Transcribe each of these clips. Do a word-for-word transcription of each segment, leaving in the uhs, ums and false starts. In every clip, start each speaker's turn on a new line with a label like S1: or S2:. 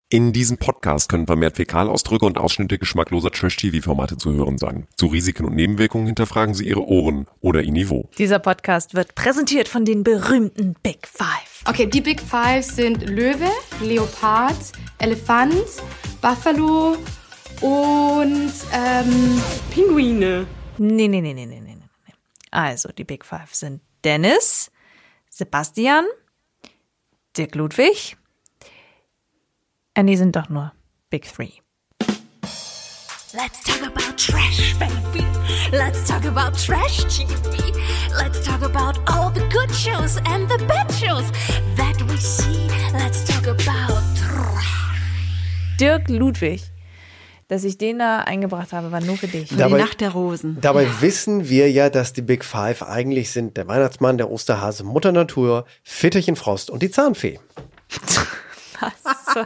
S1: In diesem Podcast können vermehrt Fäkalausdrücke und Ausschnitte geschmackloser Trash-T V-Formate zu hören sein. Zu Risiken und Nebenwirkungen hinterfragen Sie Ihre Ohren oder Ihr Niveau.
S2: Dieser Podcast wird präsentiert von den berühmten Big Five.
S3: Okay, die Big Five sind Löwe, Leopard, Elefant, Buffalo und ähm, Pinguine.
S2: Nee, nee, nee, nee, nee, nee, nee. Also, die Big Five sind Dennis, Sebastian, Dirk Ludwig. Äh, nee, sind doch nur Big Three.
S4: Let's talk about trash, baby. Let's talk about trash T V. Let's talk about all the good shows and the bad shows that we see. Let's talk about trash.
S2: Dirk Ludwig, dass ich den da eingebracht habe, war nur für dich.
S5: Für dabei,
S6: die Nacht der Rosen.
S5: Dabei ja. wissen wir ja, dass die Big Five eigentlich sind der Weihnachtsmann, der Osterhase, Mutter Natur, Fitterchen Frost und die Zahnfee.
S2: Was?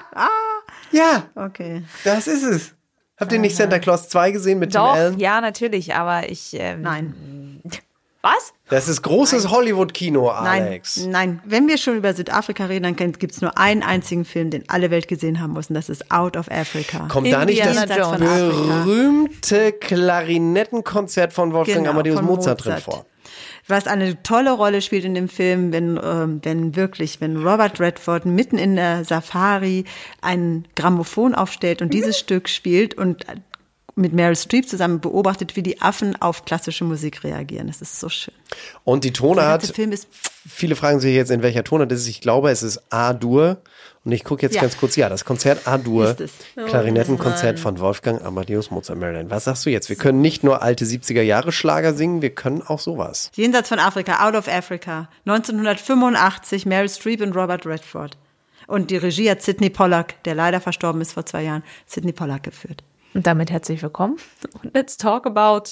S5: Ja,
S6: okay.
S5: Das ist es. Habt ihr nicht Santa Claus zwei gesehen mit
S2: Doch,
S5: Tim Allen?
S2: Ja, natürlich, aber ich... Ähm,
S6: Nein.
S2: Was?
S5: Das ist großes Hollywood-Kino, Alex.
S6: Nein, nein, wenn wir schon über Südafrika reden, dann gibt es nur einen einzigen Film, den alle Welt gesehen haben muss, und das ist Out of Africa.
S5: Kommt da nicht das
S2: Indiana
S5: berühmte Klarinettenkonzert von Wolfgang
S6: Genau,
S5: Amadeus
S6: von
S5: Mozart drin
S6: Mozart.
S5: vor?
S6: Was eine tolle Rolle spielt in dem Film, wenn, ähm, wenn wirklich, wenn Robert Redford mitten in der Safari ein Grammophon aufstellt und dieses Stück spielt und mit Meryl Streep zusammen beobachtet, wie die Affen auf klassische Musik reagieren. Das ist so schön.
S5: Und die Tonart,
S6: Der Film ist
S5: viele fragen sich jetzt, in welcher Tonart das ist. Ich glaube, es ist A-Dur. Und ich gucke jetzt
S6: Ja.
S5: ganz kurz, ja, das Konzert A-Dur,
S6: Ist es.
S5: Klarinettenkonzert von Wolfgang Amadeus Mozart Maryland. Was sagst du jetzt? Wir können nicht nur alte siebziger-Jahre-Schlager singen, wir können auch sowas.
S6: Jenseits von Afrika, Out of Africa, neunzehnhundertfünfundachtzig, Meryl Streep und Robert Redford. Und die Regie hat Sidney Pollack, der leider verstorben ist vor zwei Jahren, Sidney Pollack geführt.
S2: Und damit herzlich willkommen. Und let's talk about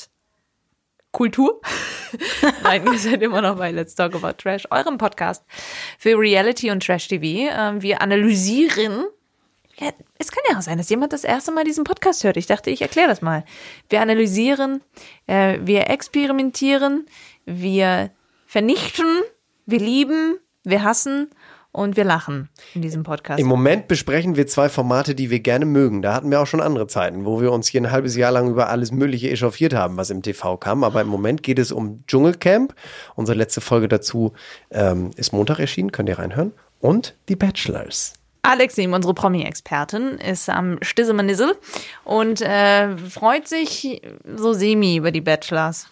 S2: Kultur. Nein, wir sind immer noch bei Let's Talk About Trash, eurem Podcast für Reality und Trash-T V. Wir analysieren, ja, es kann ja auch sein, dass jemand das erste Mal diesen Podcast hört. Ich dachte, ich erkläre das mal. Wir analysieren, äh, wir experimentieren, wir vernichten, wir lieben, wir hassen und wir lachen in diesem Podcast.
S5: Im Moment besprechen wir zwei Formate, die wir gerne mögen. Da hatten wir auch schon andere Zeiten, wo wir uns hier ein halbes Jahr lang über alles Mögliche echauffiert haben, was im T V kam. Aber im Moment geht es um Dschungelcamp. Unsere letzte Folge dazu ähm, ist Montag erschienen, könnt ihr reinhören. Und die Bachelors.
S2: Alexim, unsere Promi-Expertin, ist am Stissemanissel und äh, freut sich so semi über die Bachelors.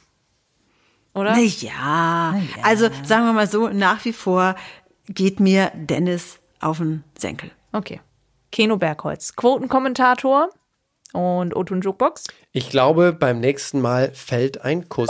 S2: Oder?
S6: Na ja. Also sagen wir mal so, nach wie vor geht mir Dennis auf den Senkel.
S2: Okay. Keno Bergholz, Quotenkommentator und O-Ton Jukebox.
S5: Ich glaube, beim nächsten Mal fällt ein Kuss.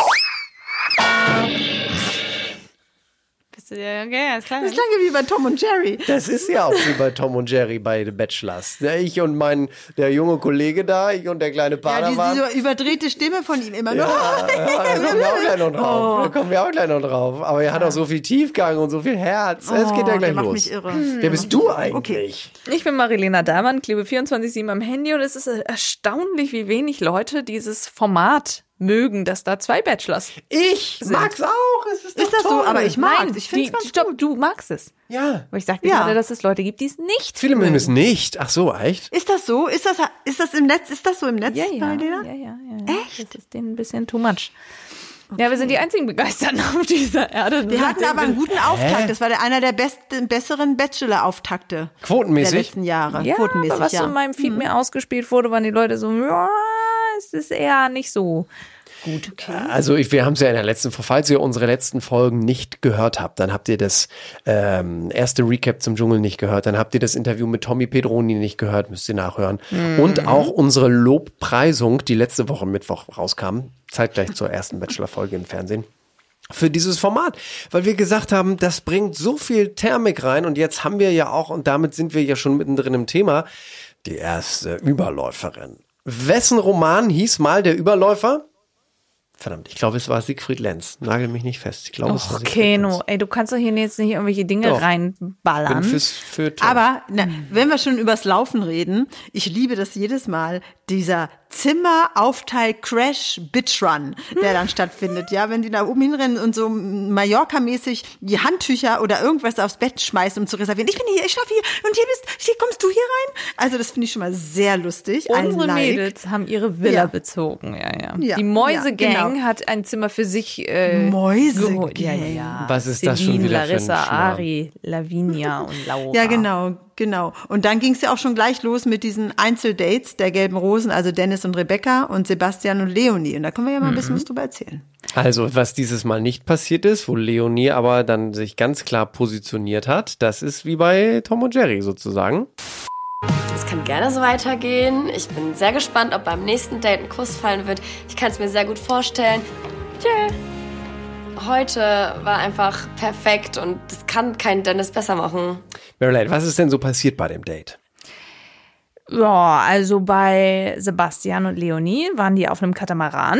S2: Bist du ja, okay, alles klar.
S6: Das klang ja wie bei Tom und Jerry.
S5: Das ist ja auch wie bei Tom und Jerry bei The Bachelors. Ich und mein, der junge Kollege da, ich und der kleine
S6: Ja,
S5: Padawan.
S6: diese überdrehte Stimme von ihm immer nur.
S5: Ja, ja, da kommen wir auch gleich noch drauf. Da kommen wir auch gleich noch drauf. Aber er hat auch so viel Tiefgang und so viel Herz. Es geht ja
S6: Oh,
S5: gleich
S6: der macht
S5: los.
S6: mich irre.
S5: Wer bist du eigentlich?
S2: Ich bin Marilena Dahlmann, klebe vierundzwanzig sieben am Handy und es ist erstaunlich, wie wenig Leute dieses Format mögen, dass da zwei Bachelors
S5: Ich
S2: sind.
S5: mag's auch. Es ist, doch
S6: Ist das so?
S5: toll.
S6: Aber ich mag's.
S2: Nein,
S6: Ich find's
S2: die,
S6: ganz
S2: stopp,
S6: gut.
S2: du magst es.
S5: Ja.
S2: Aber ich sagte
S6: Ja.
S2: gerade, dass es Leute gibt, die es nicht
S5: Viele mögen es nicht. Ach so, echt?
S6: Ist das so? Ist das, ist das im Netz? Ist das so im Netz,
S2: Ja, ja,
S6: Marilena?
S2: ja, ja, ja. Echt? Das ist denen ein bisschen too much. Ja, wir sind die einzigen Begeisterten auf dieser Erde.
S6: Wir hatten aber einen guten Auftakt. Das war der, einer der besten, besseren Bachelor-Auftakte
S5: Quotenmäßig?
S6: der letzten Jahre.
S2: Ja,
S6: Quotenmäßig,
S2: aber was
S6: ja.
S2: so in meinem Feed mir ausgespielt wurde, waren die Leute so, ja, es ist eher nicht so.
S6: Gut, okay.
S5: Also ich, wir haben es ja in der letzten, falls ihr unsere letzten Folgen nicht gehört habt, dann habt ihr das ähm, erste Recap zum Dschungel nicht gehört, dann habt ihr das Interview mit Tommy Pedroni nicht gehört, müsst ihr nachhören. Mhm. Und auch unsere Lobpreisung, die letzte Woche Mittwoch rauskam, zeitgleich zur ersten Bachelor-Folge im Fernsehen. Für dieses Format, weil wir gesagt haben, das bringt so viel Thermik rein und jetzt haben wir ja auch, und damit sind wir ja schon mittendrin im Thema, die erste Überläuferin. Wessen Roman hieß mal der Überläufer? Verdammt, ich glaube, es war Siegfried Lenz. Nagel mich nicht fest. Ich glaube, es war
S2: Och,
S5: Siegfried
S2: Keno,
S5: Lenz.
S2: ey, du kannst doch hier jetzt nicht irgendwelche Dinge
S5: Doch. Bin
S2: reinballern.
S5: fürs Feuilleton.
S6: Aber na, wenn wir schon übers Laufen reden, ich liebe das jedes Mal, dieser Zimmeraufteil-Crash-Bitch-Run, der dann stattfindet, ja, wenn die da oben hinrennen und so Mallorca-mäßig die Handtücher oder irgendwas aufs Bett schmeißen, um zu reservieren. Ich bin hier, ich schlafe hier und hier bist, hier kommst du hier rein. Also das finde ich schon mal sehr lustig.
S2: Unsere
S6: like.
S2: Mädels haben ihre Villa
S6: Ja.
S2: bezogen, ja, ja.
S6: Ja,
S2: Die Mäusegang
S6: ja, genau.
S2: hat ein Zimmer für sich äh,
S6: Mäusegang.
S2: geholt. Ja, ja, ja.
S5: Was ist das schon
S2: Celine,
S5: wieder für ein
S2: Larissa,
S5: Schmarrn?
S2: Ari, Lavinia und Laura.
S6: Ja, genau, genau. Und dann ging es ja auch schon gleich los mit diesen Einzeldates der Gelben Rosen, also Dennis und Rebecca und Sebastian und Leonie. Und da können wir ja mal ein bisschen was drüber erzählen.
S5: Also, was dieses Mal nicht passiert ist, wo Leonie aber dann sich ganz klar positioniert hat, das ist wie bei Tom und Jerry sozusagen.
S7: Es kann gerne so weitergehen. Ich bin sehr gespannt, ob beim nächsten Date ein Kuss fallen wird. Ich kann es mir sehr gut vorstellen. Tschö. Heute war einfach perfekt und das kann kein Dennis besser machen.
S5: Marilyn, was ist denn so passiert bei dem Date?
S2: Ja, also bei Sebastian und Leonie waren die auf einem Katamaran.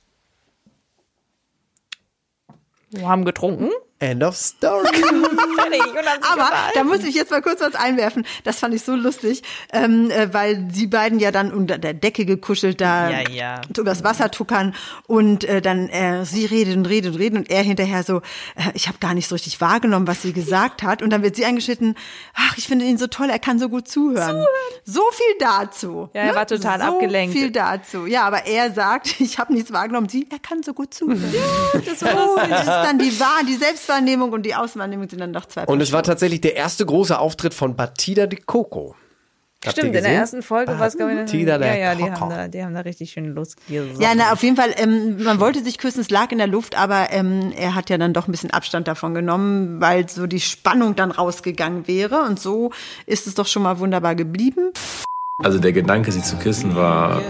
S2: Haben getrunken.
S5: End of story.
S2: Fertig. Und haben sich
S6: Aber
S2: gefallen.
S6: da muss ich jetzt mal kurz was einwerfen. Das fand ich so lustig, ähm, äh, weil die beiden ja dann unter der Decke gekuschelt da
S2: Ja, ja.
S6: übers Wasser tuckern und äh, dann äh, sie redet und redet und redet und er hinterher so, äh, ich habe gar nicht so richtig wahrgenommen, was sie gesagt hat. Und dann wird sie eingeschnitten, ach, ich finde ihn so toll, er kann so gut zuhören. So viel dazu.
S2: Ja, er war total
S6: so
S2: abgelenkt.
S6: viel dazu. Ja, aber er sagt, ich habe nichts wahrgenommen. Sie, er kann so gut zuhören. Ja, das,
S2: war
S6: oh, das ist dann die Wahr, die Selbstwahrnehmung und die Außenwahrnehmung sind dann doch zwei
S5: Und es war
S6: Paar Schuhe.
S5: tatsächlich der erste große Auftritt von Batida de Coco. Habt ihr
S2: Stimmt, in der
S5: gesehen?
S2: ersten Folge war es, glaube ich,
S5: Batida
S2: ja,
S5: de
S2: ja, die
S5: Coco.
S2: haben, da, die haben da richtig schön losgesoffen.
S6: Ja, na, auf jeden Fall, ähm, man wollte sich küssen, es lag in der Luft, aber ähm, er hat ja dann doch ein bisschen Abstand davon genommen, weil so die Spannung dann rausgegangen wäre und so ist es doch schon mal wunderbar geblieben.
S8: Also der Gedanke, sie zu küssen, war,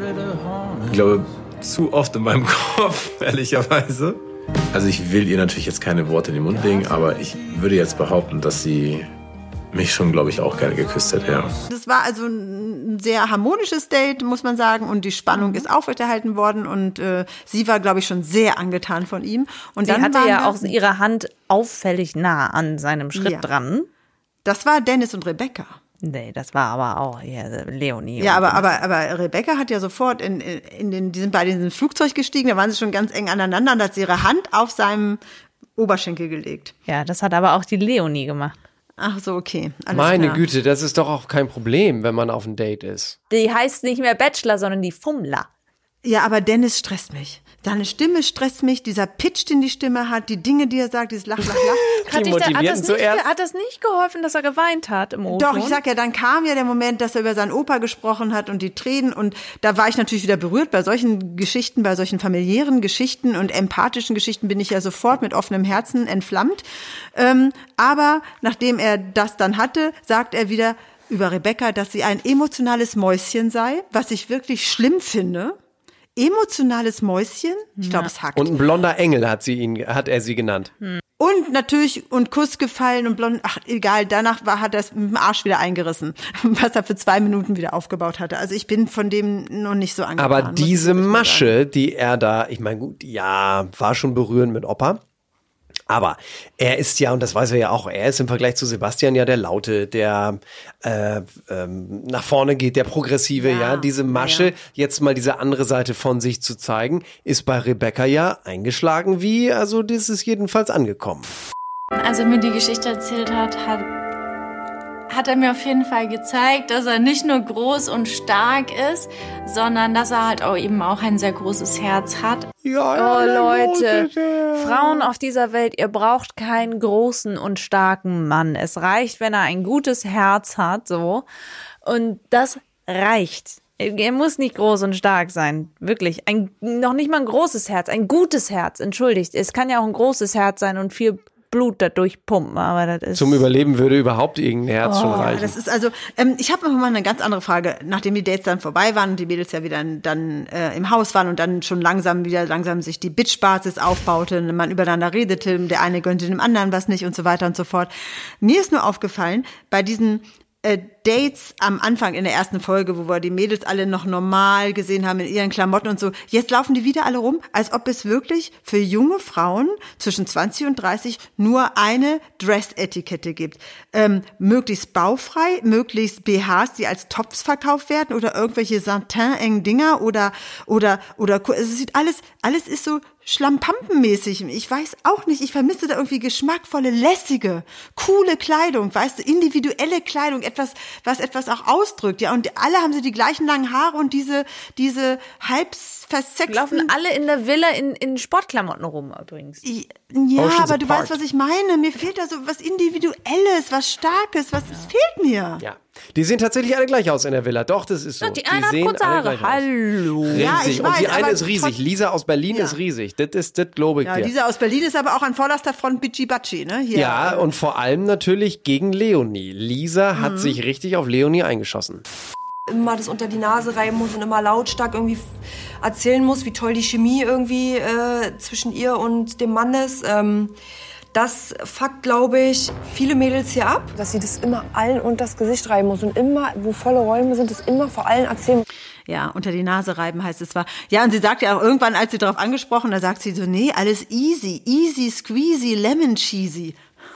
S8: ich glaube, zu oft in meinem Kopf, ehrlicherweise. Also ich will ihr natürlich jetzt keine Worte in den Mund legen, aber ich würde jetzt behaupten, dass sie mich schon, glaube ich, auch gerne geküsst hätte, ja.
S6: Das war also ein sehr harmonisches Date, muss man sagen, und die Spannung ist aufrechterhalten worden und äh, sie war, glaube ich, schon sehr angetan von ihm. Und
S2: Sie
S6: dann
S2: hatte
S6: waren
S2: ja
S6: da-
S2: auch ihre Hand auffällig nah an seinem Schritt
S6: Ja.
S2: dran.
S6: Das war Dennis und Rebecca.
S2: Nee, das war aber auch hier Leonie.
S6: Ja,
S2: und-
S6: aber, aber, aber Rebecca hat ja sofort in, in den, die sind beide in ein Flugzeug gestiegen, da waren sie schon ganz eng aneinander und hat sie ihre Hand auf seinem Oberschenkel gelegt.
S2: Ja, das hat aber auch die Leonie gemacht.
S6: Ach so, okay. Alles
S5: Meine
S6: klar.
S5: Güte, das ist doch auch kein Problem, wenn man auf ein Date ist.
S2: Die heißt nicht mehr Bachelor, sondern die Fummler.
S6: Ja, aber Dennis stresst mich. Seine Stimme stresst mich, dieser Pitch, den die Stimme hat, die Dinge, die er sagt, dieses Lach, Lach, Lach.
S2: Hat, dich da, hat,
S5: motivieren
S2: das nicht,
S5: zuerst.
S2: hat das nicht geholfen, dass er geweint hat im O-Ton?
S6: Doch, ich sag ja, dann kam ja der Moment, dass er über seinen Opa gesprochen hat und die Tränen und da war ich natürlich wieder berührt. Bei solchen Geschichten, bei solchen familiären Geschichten und empathischen Geschichten bin ich ja sofort mit offenem Herzen entflammt. Ähm, aber nachdem er das dann hatte, sagt er wieder über Rebecca, dass sie ein emotionales Mäuschen sei, was ich wirklich schlimm finde. Emotionales Mäuschen? Ich glaube, es hackt.
S5: Und ein blonder Engel hat sie ihn, hat er sie genannt.
S6: Und natürlich, und Kuss gefallen und blond, ach egal, danach war, hat er es mit dem Arsch wieder eingerissen, was er für zwei Minuten wieder aufgebaut hatte. Also ich bin von dem noch nicht so angetan.
S5: Aber
S6: muss ich
S5: diese
S6: wirklich mal sagen.
S5: Masche, die er da, ich meine, gut, ja, war schon berührend mit Opa. Aber er ist ja, und das weiß er ja auch, er ist im Vergleich zu Sebastian ja der Laute, der äh, ähm, nach vorne geht, der Progressive, ja.
S6: Ja,
S5: Diese Masche,
S6: ja.
S5: jetzt mal diese andere Seite von sich zu zeigen, ist bei Rebecca ja eingeschlagen wie, also das ist jedenfalls angekommen.
S9: Als er mir die Geschichte erzählt hat, hat, hat er mir auf jeden Fall gezeigt, dass er nicht nur groß und stark ist, sondern dass er halt auch eben auch ein sehr großes Herz hat.
S5: Ja,
S2: Oh
S5: der
S2: Leute,
S5: große, der-
S2: Frauen auf dieser Welt, ihr braucht keinen großen und starken Mann. Es reicht, wenn er ein gutes Herz hat, so. Und das reicht. Er muss nicht groß und stark sein, wirklich. Ein, noch nicht mal ein großes Herz, ein gutes Herz, entschuldigt. Es kann ja auch ein großes Herz sein und viel Blut dadurch pumpen, aber das ist...
S5: Zum Überleben würde überhaupt irgendein Herz schon
S6: Ja,
S5: reichen.
S6: das ist also, ähm, ich habe noch mal eine ganz andere Frage. Nachdem die Dates dann vorbei waren und die Mädels ja wieder dann äh, im Haus waren und dann schon langsam wieder langsam sich die Bitch-Basis aufbaute, und man übereinander redete, der eine gönnte dem anderen was nicht und so weiter und so fort. Mir ist nur aufgefallen, bei diesen äh, Dates am Anfang in der ersten Folge, wo wir die Mädels alle noch normal gesehen haben in ihren Klamotten und so. Jetzt laufen die wieder alle rum, als ob es wirklich für junge Frauen zwischen zwanzig und dreißig nur eine Dress-Etikette gibt. Ähm, möglichst baufrei, möglichst B Hs, die als Tops verkauft werden oder irgendwelche Satin-engen Dinger oder, oder, oder, es sieht alles, alles ist so schlammpampenmäßig. Ich weiß auch nicht, ich vermisse da irgendwie geschmackvolle, lässige, coole Kleidung, weißt du, individuelle Kleidung, etwas, was etwas auch ausdrückt, ja, und alle haben so die gleichen langen Haare und diese, diese halb versexten...
S2: Laufen alle in der Villa in, in Sportklamotten rum übrigens.
S6: Ja,
S5: Oceans
S6: aber du
S5: apart.
S6: weißt, was ich meine. Mir fehlt da so was Individuelles, was Starkes, was das fehlt mir.
S5: Ja. Die sehen tatsächlich alle gleich aus in der Villa. Doch, das ist so.
S2: Die eine hat
S5: sehen
S2: kurze
S5: alle
S2: Haare.
S5: gleich aus.
S2: Hallo.
S5: Riesig.
S6: Ja, ich
S5: und die
S6: weiß,
S5: eine
S6: aber
S5: ist riesig.
S6: trotz-
S5: Lisa aus Berlin
S6: Ja.
S5: ist riesig. Das ist, das glaube ich
S6: Ja,
S5: dir.
S6: dieser aus Berlin ist aber auch an vorderster Front Bitchy Batschi, ne? Hier.
S5: Ja, und vor allem natürlich gegen Leonie. Lisa
S6: Mhm.
S5: hat sich richtig auf Leonie eingeschossen.
S10: Immer das unter die Nase reiben muss und immer lautstark irgendwie f- erzählen muss, wie toll die Chemie irgendwie äh, zwischen ihr und dem Mann ist. Ähm, das fuckt, glaube ich, viele Mädels hier ab. Dass sie das immer allen unter das Gesicht reiben muss und immer, wo volle Räume sind, das immer vor allen erzählen.
S6: Ja, unter die Nase reiben heißt es zwar. Ja, und sie sagt ja auch irgendwann, als sie darauf angesprochen, da sagt sie so, nee, alles easy, easy, squeezy, lemon cheesy.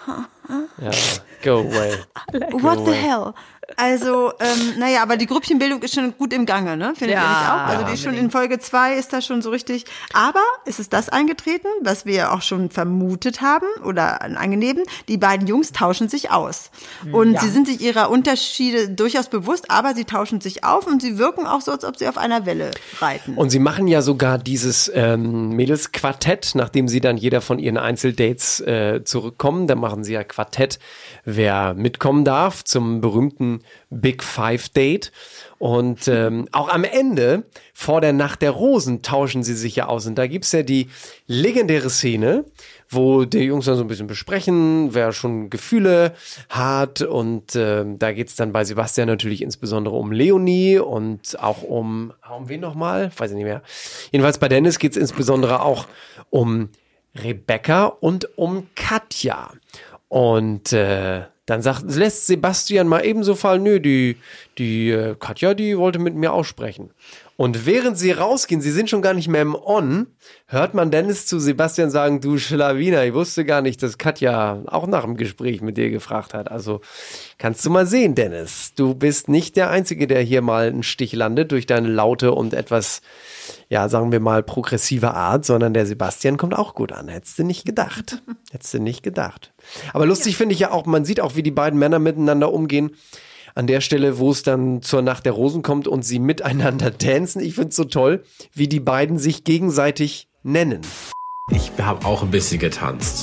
S5: Ja, go away.
S6: What
S5: Go
S6: the
S5: away.
S6: hell? Also, ähm, naja, aber die Grüppchenbildung ist schon gut im Gange, ne? Findet
S2: Ja,
S6: ihr nicht auch? Also
S2: ja,
S6: die ist schon in Folge zwei ist da schon so richtig. Aber es ist das eingetreten, was wir auch schon vermutet haben oder angenehm. Die beiden Jungs tauschen sich aus. Und sie sind sich ihrer Unterschiede durchaus bewusst, aber sie tauschen sich auf und sie wirken auch so, als ob sie auf einer Welle reiten.
S5: Und sie machen ja sogar dieses ähm, Mädelsquartett, nachdem sie dann jeder von ihren Einzeldates äh, zurückkommen. Dann machen sie ja Quartett, wer mitkommen darf zum berühmten Big Five Date. Und ähm, auch am Ende, vor der Nacht der Rosen, tauschen sie sich ja aus. Und da gibt's ja die legendäre Szene, wo die Jungs dann so ein bisschen besprechen, wer schon Gefühle hat. Und ähm, da geht's dann bei Sebastian natürlich insbesondere um Leonie und auch um, um wen nochmal? Weiß ich nicht mehr. Jedenfalls bei Dennis geht's insbesondere auch um Rebecca und um Katja. Und äh, dann sagt, lässt Sebastian mal ebenso fallen, nö, die, die äh, Katja, die wollte mit mir aussprechen. Und während sie rausgehen, sie sind schon gar nicht mehr im On, hört man Dennis zu Sebastian sagen, du Schlawiner, ich wusste gar nicht, dass Katja auch nach dem Gespräch mit dir gefragt hat. Also kannst du mal sehen, Dennis, du bist nicht der Einzige, der hier mal einen Stich landet durch deine laute und etwas, ja, sagen wir mal, progressive Art, sondern der Sebastian kommt auch gut an. Hättest du nicht gedacht. Hättest du nicht gedacht. Aber lustig finde ich ja auch, man sieht auch, wie die beiden Männer miteinander umgehen. An der Stelle, wo es dann zur Nacht der Rosen kommt und sie miteinander tanzen. Ich finde es so toll, wie die beiden sich gegenseitig nennen.
S8: Ich habe auch ein bisschen getanzt.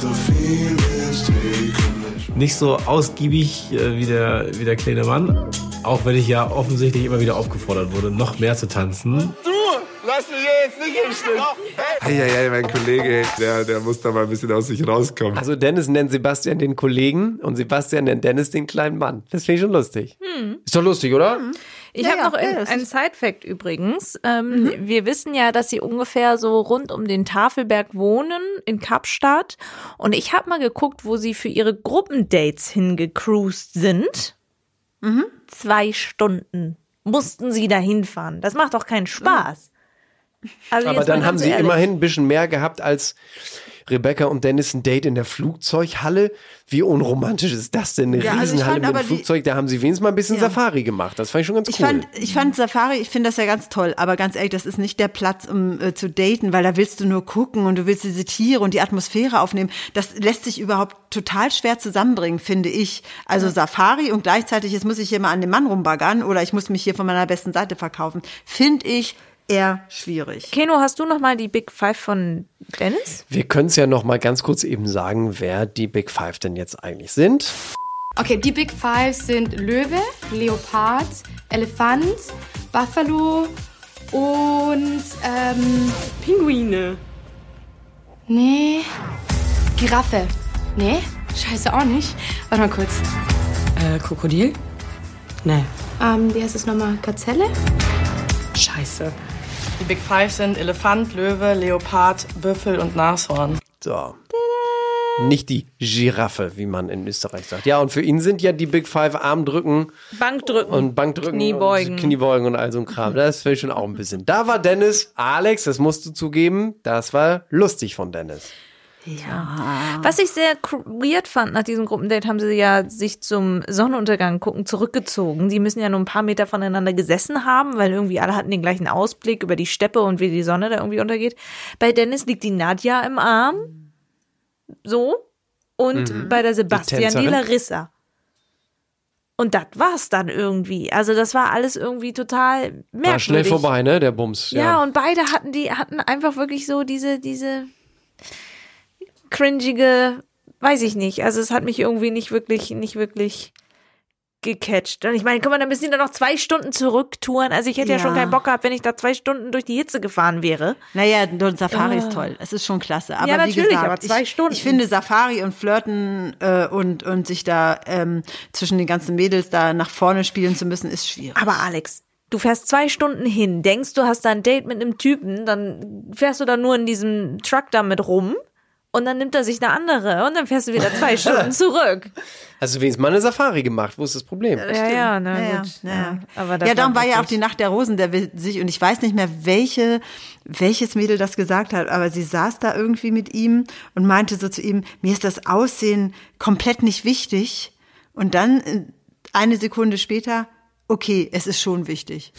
S8: Nicht so ausgiebig äh, wie, der, wie der kleine Mann. Auch wenn ich ja offensichtlich immer wieder aufgefordert wurde, noch mehr zu tanzen.
S11: Lass mich jetzt nicht im Stich. Hey, hey, hey, mein Kollege, der, der muss da mal ein bisschen aus sich rauskommen.
S5: Also Dennis nennt Sebastian den Kollegen und Sebastian nennt Dennis den kleinen Mann. Das finde ich schon lustig.
S2: Hm.
S5: Ist doch lustig, oder?
S2: Ich
S6: Ja,
S2: habe
S6: ja,
S2: noch
S6: ja,
S2: ein,
S6: das
S2: ein
S6: ist-
S2: Side-Fact übrigens. Ähm, Wir wissen ja, dass sie ungefähr so rund um den Tafelberg wohnen in Kapstadt. Und ich habe mal geguckt, wo sie für ihre Gruppendates hingecruised sind. Zwei Stunden mussten sie da hinfahren. Das macht doch keinen Spaß. Also
S5: Aber
S2: jetzt
S5: dann
S2: mal
S5: haben
S2: ganz
S5: sie
S2: ehrlich.
S5: immerhin ein bisschen mehr gehabt als Rebecca und Dennis ein Date in der Flugzeughalle. Wie unromantisch ist das denn? Eine
S6: Ja, also ich
S5: Riesenhalle
S6: fand
S5: mit
S6: aber
S5: einem
S6: die-
S5: Flugzeug, da haben sie wenigstens mal ein bisschen
S6: Ja.
S5: Safari gemacht. Das fand ich schon ganz cool.
S6: Ich fand, ich fand Safari, ich finde das ja ganz toll, aber ganz ehrlich, das ist nicht der Platz, um äh, zu daten, weil da willst du nur gucken und du willst diese Tiere und die Atmosphäre aufnehmen. Das lässt sich überhaupt total schwer zusammenbringen, finde ich. Also Safari und gleichzeitig, jetzt muss ich hier mal an dem Mann rumbaggern oder ich muss mich hier von meiner besten Seite verkaufen, finde ich eher schwierig.
S2: Keno, hast du noch mal die Big Five von Dennis?
S5: Wir können es ja noch mal ganz kurz eben sagen, wer die Big Five denn jetzt eigentlich sind.
S3: Okay, die Big Five sind Löwe, Leopard, Elefant, Buffalo und ähm,
S12: Pinguine.
S3: nee, Giraffe. Nee, scheiße auch nicht. Warte mal kurz.
S12: Äh, Krokodil? Nee.
S3: Ähm, wie heißt es nochmal? Gazelle?
S12: Scheiße. Die Big Five sind Elefant, Löwe, Leopard, Büffel und Nashorn.
S5: So. Nicht die Giraffe, wie man in Österreich sagt. Ja, und für ihn sind ja die Big Five Armdrücken
S2: Bankdrücken
S5: und Bankdrücken
S2: Kniebeugen.
S5: und Kniebeugen und all so ein Kram. Das finde ich schon auch ein bisschen. Da war Dennis, Alex, das musst du zugeben, das war lustig von Dennis.
S2: Ja. Was ich sehr weird fand, nach diesem Gruppendate haben sie ja sich zum Sonnenuntergang gucken zurückgezogen. Sie müssen ja nur ein paar Meter voneinander gesessen haben, weil irgendwie alle hatten den gleichen Ausblick über die Steppe und wie die Sonne da irgendwie untergeht. Bei Dennis liegt die Nadja im Arm. So. Und
S5: Mhm.
S2: bei der Sebastian die,
S5: Tänzerin.
S2: Larissa. Und das war's dann irgendwie. Also das war alles irgendwie total merkwürdig.
S5: War schnell vorbei, ne, der Bums.
S2: Ja,
S5: Ja,
S2: und beide hatten die, hatten einfach wirklich so diese, diese cringige, weiß ich nicht. Also es hat mich irgendwie nicht wirklich, nicht wirklich gecatcht. Und ich meine, guck mal, dann müssen die da noch zwei Stunden zurücktouren. Also ich hätte ja. ja schon keinen Bock gehabt, wenn ich da zwei Stunden durch die Hitze gefahren wäre.
S6: Naja, und Safari
S2: Ah.
S6: ist toll. Es ist schon klasse. Aber
S2: Ja,
S6: wie
S2: natürlich,
S6: gesagt,
S2: aber zwei
S6: ich,
S2: Stunden.
S6: ich finde Safari und Flirten äh, und, und sich da ähm, zwischen den ganzen Mädels da nach vorne spielen zu müssen, ist schwierig.
S2: Aber Alex, du fährst zwei Stunden hin, denkst, du hast da ein Date mit einem Typen, dann fährst du da nur in diesem Truck da mit rum und dann nimmt er sich eine andere und dann fährst du wieder zwei Stunden zurück.
S5: Hast du wenigstens mal eine Safari gemacht? Wo ist das Problem?
S2: Ja, ja, na
S6: Ja,
S2: gut.
S6: ja,
S2: Ja,
S6: ja.
S2: aber das
S6: Ja, darum war ja auch
S2: wirklich-
S6: die Nacht der Rosen, der will sich, und ich weiß nicht mehr, welche, welches Mädel das gesagt hat, aber sie saß da irgendwie mit ihm und meinte so zu ihm, mir ist das Aussehen komplett nicht wichtig. Und dann äh, eine Sekunde später, okay, es ist schon wichtig.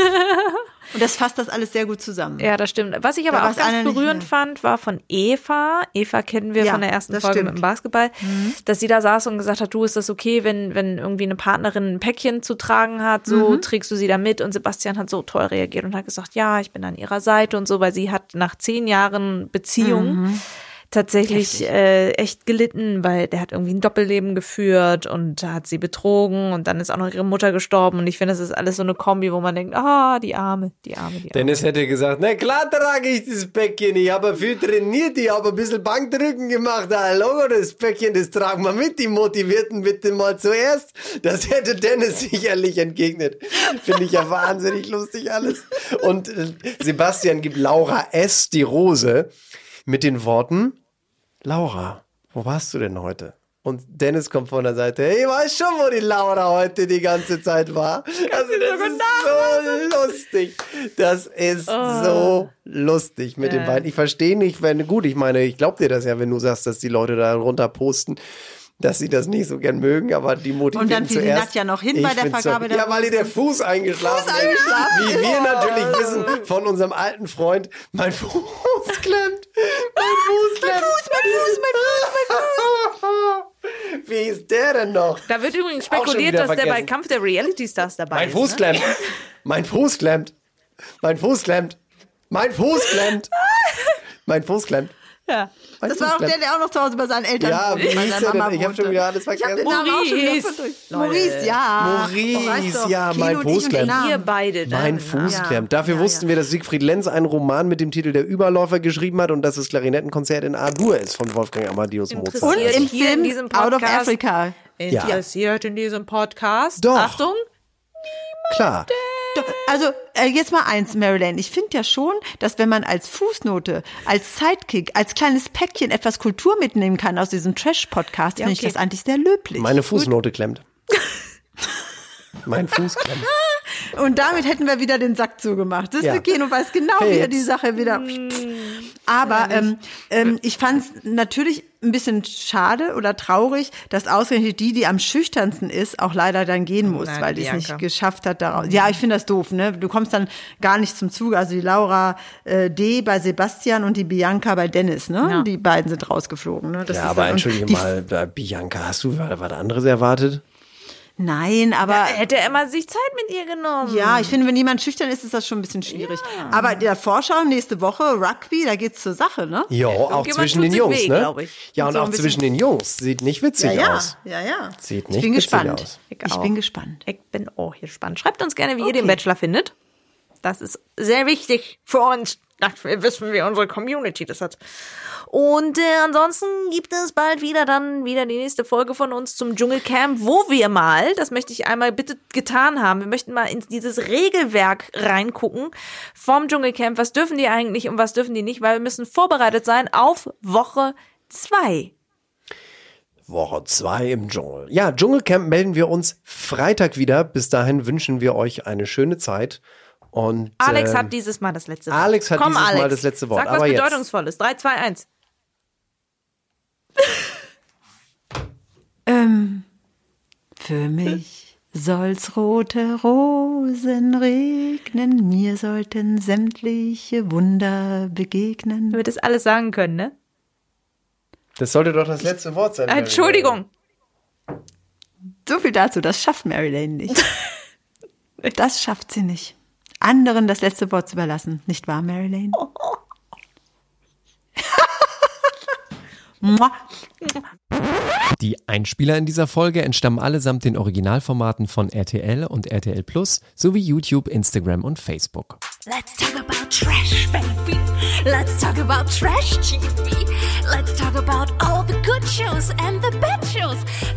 S6: Und das fasst das alles sehr gut zusammen.
S2: Ja, das stimmt. Was ich aber
S6: Da
S2: auch
S6: war's einer
S2: ganz
S6: nicht
S2: berührend
S6: mehr.
S2: fand, war von Eva. Eva kennen wir
S6: Ja,
S2: von der ersten
S6: das
S2: Folge
S6: stimmt.
S2: mit dem Basketball, dass sie da saß und gesagt hat, du, ist das okay, wenn, wenn irgendwie eine Partnerin ein Päckchen zu tragen hat, so
S6: Mhm.
S2: trägst du sie da mit? Und Sebastian hat so toll reagiert und hat gesagt, ja, ich bin an ihrer Seite und so, weil sie hat nach zehn Jahren Beziehung
S6: Mhm.
S2: tatsächlich äh, echt gelitten, weil der hat irgendwie ein Doppelleben geführt und hat sie betrogen und dann ist auch noch ihre Mutter gestorben und ich finde, das ist alles so eine Kombi, wo man denkt, ah, die Arme, die Arme, die Arme.
S5: Dennis hätte gesagt, na klar trage ich das Päckchen, ich habe viel trainiert, ich habe ein bisschen Bankdrücken gemacht, hallo, das Päckchen, das tragen wir mit, die Motivierten bitte mal zuerst. Das hätte Dennis sicherlich entgegnet. Finde ich ja wahnsinnig lustig alles. Und äh, Sebastian gibt Laura S. die Rose mit den Worten, Laura, wo warst du denn heute? Und Dennis kommt von der Seite, hey, ich weiß schon, wo die Laura heute die ganze Zeit war. Also das ist so lustig. Das ist
S2: Oh.
S5: so lustig mit
S2: Ja.
S5: den beiden. Ich verstehe nicht, wenn, gut, ich meine, ich glaube dir das ja, wenn du sagst, dass die Leute da runter posten, dass sie das nicht so gern mögen, aber die motivieren
S6: Und dann fiel die
S5: zuerst.
S6: Nadja noch hin
S5: Ich
S6: bei der
S5: find's
S6: Vergabe
S5: so,
S6: der
S5: Ja, weil ihr der Fuß eingeschlafen ist. Wie wir natürlich wissen von unserem alten Freund, mein Fuß klemmt. Mein Fuß klemmt. Mein Fuß, mein Fuß, mein Fuß, mein Fuß. Wie ist der denn noch?
S2: Da wird übrigens
S5: Auch schon
S2: spekuliert,
S5: wieder
S2: dass der bei
S5: vergessen.
S2: Kampf der Reality Stars dabei
S5: Mein
S2: ist.
S5: Fuß
S2: ne?
S5: klemmt. Mein Fuß klemmt. Mein Fuß klemmt. Mein Fuß klemmt. Mein Fuß klemmt.
S2: Ja.
S5: Mein
S6: Das
S5: Fuß
S6: war auch
S5: klemmt.
S6: der, der auch noch zu Hause bei seinen Eltern
S5: Ja, wie
S6: bei
S5: hieß
S6: seiner
S5: der
S6: Mama
S5: denn? Ich habe schon
S6: wohnte.
S5: wieder alles
S6: Ich hab
S5: vergessen.
S6: den Namen auch schon wieder
S2: Maurice.
S6: verdrückt. Maurice, ja.
S5: Maurice,
S6: Oh, weißt doch,
S5: ja,
S6: Kino
S5: mein
S6: und ich
S5: Fuß
S6: und
S5: klemmt.
S6: den Namen.
S2: Ihr beide dann.
S5: Mein Fuß
S6: Ja.
S5: klemmt. Dafür
S6: Ja,
S5: wussten
S6: ja.
S5: wir, dass Siegfried Lenz einen Roman mit dem Titel Der Überläufer geschrieben hat und dass das Klarinettenkonzert in A-Dur ist von Wolfgang Amadeus Mozart.
S6: Und
S2: Interessiert
S6: im
S2: hier
S6: Film
S2: in diesem
S6: Out of
S2: Podcast-
S6: Africa.
S2: Interessiert in diesem Podcast.
S5: Doch.
S2: Achtung.
S5: Klar.
S6: Doch, also äh, jetzt mal eins, Marilyn. Ich finde ja schon, dass wenn man als Fußnote, als Sidekick, als kleines Päckchen etwas Kultur mitnehmen kann aus diesem Trash-Podcast,
S2: Ja,
S6: finde ich
S2: okay.
S6: das eigentlich sehr löblich.
S5: Meine Fußnote klemmt. Mein Fuß klemmt.
S6: Und damit hätten wir wieder den Sack zugemacht. Das
S5: Ja.
S6: Kino weiß genau, wie er
S5: Fetz.
S6: die Sache wieder... Aber ähm, ähm, ich fand es natürlich ein bisschen schade oder traurig, dass ausgerechnet die, die am schüchternsten ist, auch leider dann gehen muss,
S2: Nein,
S6: weil die es
S2: Bianca.
S6: nicht geschafft hat. Daraus. Ja, ich finde das doof. Ne? Du kommst dann gar nicht zum Zuge. Also die Laura äh, D. bei Sebastian und die Bianca bei Dennis. Ne?
S2: Ja.
S6: Die beiden sind rausgeflogen. Ne? Das
S5: Ja,
S6: ist
S5: aber
S6: dann-
S5: entschuldige
S6: die,
S5: mal, bei Bianca, hast du was was anderes erwartet?
S6: Nein, aber...
S2: Hätte er immer sich Zeit mit ihr genommen.
S6: Ja, ich finde, wenn jemand schüchtern ist, ist das schon ein bisschen schwierig. Aber der Vorschau nächste Woche, Rugby, da geht's zur Sache, ne?
S5: Ja, auch
S2: Irgendjemand
S5: zwischen
S2: tut
S5: den
S2: sich
S5: Jungs,
S2: weh,
S5: ne?
S2: glaub ich.
S5: Ja, und
S6: So ein
S5: auch
S6: bisschen-
S5: zwischen den Jungs. Sieht nicht witzig
S6: ja, ja,
S5: aus.
S6: ja, ja.
S5: Sieht nicht
S6: ich bin
S5: witzig
S6: gespannt.
S5: aus.
S2: Ich
S6: Ich
S2: auch.
S6: bin gespannt.
S2: Ich bin auch gespannt. Schreibt uns gerne, wie ihr
S6: Okay.
S2: den Bachelor findet. Das ist sehr wichtig für uns. Das wissen wir, unsere Community das hat. Und äh, ansonsten gibt es bald wieder dann wieder die nächste Folge von uns zum Dschungelcamp, wo wir mal, das möchte ich einmal bitte getan haben, wir möchten mal in dieses Regelwerk reingucken vom Dschungelcamp. Was dürfen die eigentlich und was dürfen die nicht? Weil wir müssen vorbereitet sein auf Woche zwei.
S5: Woche zwei im Dschungel. Ja, Dschungelcamp melden wir uns Freitag wieder. Bis dahin wünschen wir euch eine schöne Zeit. Und,
S2: Alex
S5: ähm,
S2: hat dieses Mal das letzte Wort.
S5: Alex hat
S2: Komm,
S5: dieses
S2: Alex.
S5: Mal das letzte Wort.
S2: Sag was
S5: Aber jetzt.
S2: Bedeutungsvolles. drei, zwei, eins.
S6: Ähm, für mich soll's rote Rosen regnen, mir sollten sämtliche Wunder begegnen.
S2: Wir das alles sagen können, ne?
S5: Das sollte doch das letzte Wort sein.
S2: Entschuldigung.
S6: So viel dazu, das schafft Marilyn nicht. Das schafft sie nicht. Anderen das letzte Wort zu überlassen. Nicht wahr, Marilyn? Oh.
S5: Die Einspieler in dieser Folge entstammen allesamt den Originalformaten von R T L und R T L Plus sowie YouTube, Instagram und Facebook.
S4: Let's talk about trash, baby. Let's talk about trash T V. Let's talk about all the good shows and the bad shows